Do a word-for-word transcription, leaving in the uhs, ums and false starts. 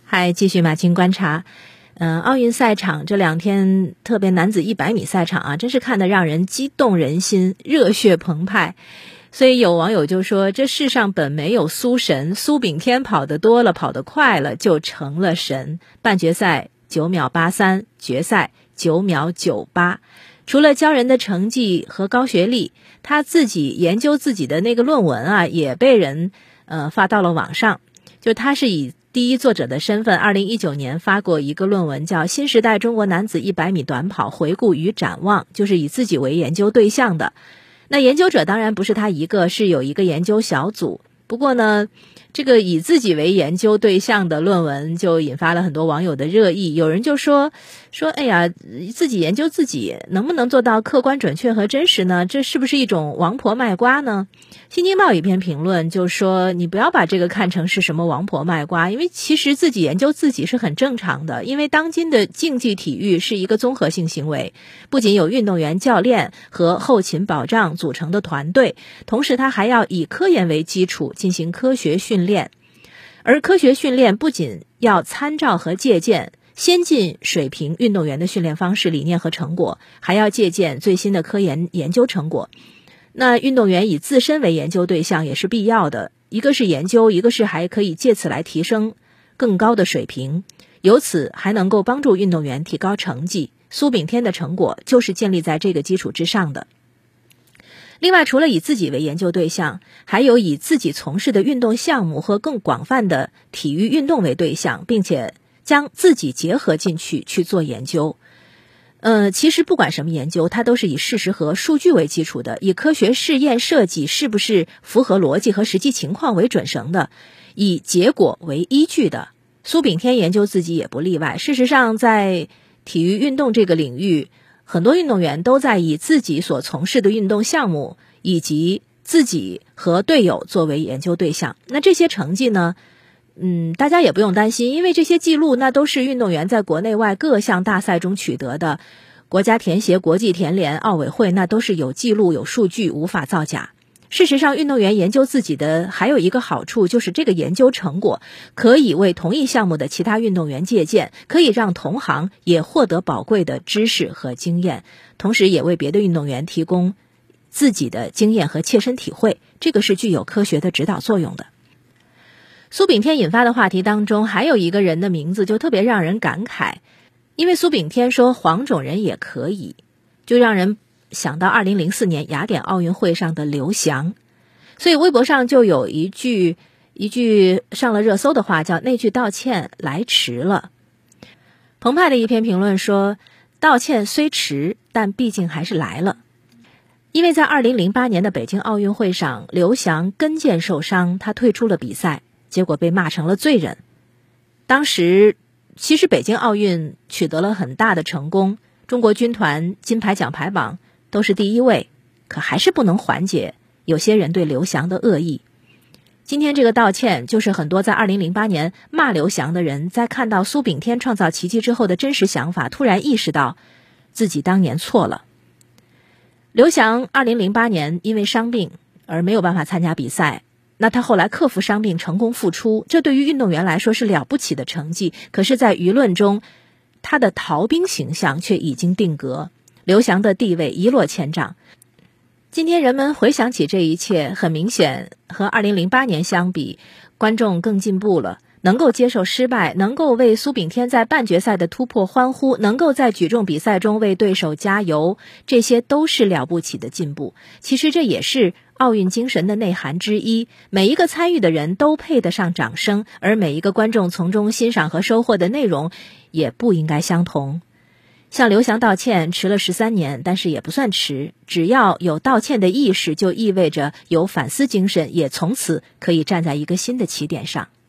还继续马青观察，嗯、呃，奥运赛场这两天，特别男子一百米赛场啊，真是看得让人激动人心，热血澎湃。所以有网友就说，这世上本没有苏神，苏炳添跑得多了，跑得快了，就成了神。半决赛九秒八三，决赛九秒九八。除了骄人的成绩和高学历，他自己研究自己的那个论文啊，也被人呃发到了网上。就他是以第一作者的身份，二零一九年发过一个论文，叫《新时代中国男子一百米短跑回顾与展望》，就是以自己为研究对象的。那研究者当然不是他一个，是有一个研究小组。不过呢，这个以自己为研究对象的论文就引发了很多网友的热议。有人就说说哎呀，自己研究自己能不能做到客观准确和真实呢？这是不是一种王婆卖瓜呢？新京报一篇评论就说，你不要把这个看成是什么王婆卖瓜，因为其实自己研究自己是很正常的。因为当今的竞技体育是一个综合性行为，不仅有运动员、教练和后勤保障组成的团队，同时他还要以科研为基础进行科学训练。而科学训练不仅要参照和借鉴先进水平运动员的训练方式、理念和成果，还要借鉴最新的科研研究成果。那运动员以自身为研究对象也是必要的，一个是研究，一个是还可以借此来提升更高的水平，由此还能够帮助运动员提高成绩。苏炳添的成果就是建立在这个基础之上的。另外，除了以自己为研究对象，还有以自己从事的运动项目和更广泛的体育运动为对象，并且将自己结合进去去做研究。呃，其实不管什么研究，它都是以事实和数据为基础的，以科学试验设计是不是符合逻辑和实际情况为准绳的，以结果为依据的。苏炳添研究自己也不例外。事实上，在体育运动这个领域，很多运动员都在以自己所从事的运动项目以及自己和队友作为研究对象。那这些成绩呢，嗯，大家也不用担心，因为这些记录那都是运动员在国内外各项大赛中取得的，国家田协、国际田联、奥委会那都是有记录、有数据，无法造假。事实上，运动员研究自己的还有一个好处，就是这个研究成果可以为同一项目的其他运动员借鉴，可以让同行也获得宝贵的知识和经验，同时也为别的运动员提供自己的经验和切身体会，这个是具有科学的指导作用的。苏炳添引发的话题当中，还有一个人的名字就特别让人感慨，因为苏炳添说黄种人也可以，就让人想到二零零四年雅典奥运会上的刘翔。所以微博上就有一句一句上了热搜的话，叫那句道歉来迟了。澎湃的一篇评论说，道歉虽迟，但毕竟还是来了。因为在二零零八年的北京奥运会上，刘翔跟腱受伤，他退出了比赛，结果被骂成了罪人。当时其实北京奥运取得了很大的成功，中国军团金牌奖牌榜都是第一位，可还是不能缓解有些人对刘翔的恶意。今天这个道歉，就是很多在二零零八年骂刘翔的人，在看到苏炳添创造奇迹之后的真实想法，突然意识到自己当年错了。刘翔二零零八年因为伤病而没有办法参加比赛，那他后来克服伤病成功复出，这对于运动员来说是了不起的成绩，可是在舆论中他的逃兵形象却已经定格，刘翔的地位一落千丈。今天人们回想起这一切，很明显和二零零八年相比，观众更进步了，能够接受失败，能够为苏炳添在半决赛的突破欢呼，能够在举重比赛中为对手加油，这些都是了不起的进步。其实这也是奥运精神的内涵之一，每一个参与的人都配得上掌声，而每一个观众从中欣赏和收获的内容也不应该相同。向刘翔道歉迟了十三年，但是也不算迟，只要有道歉的意识，就意味着有反思精神，也从此可以站在一个新的起点上。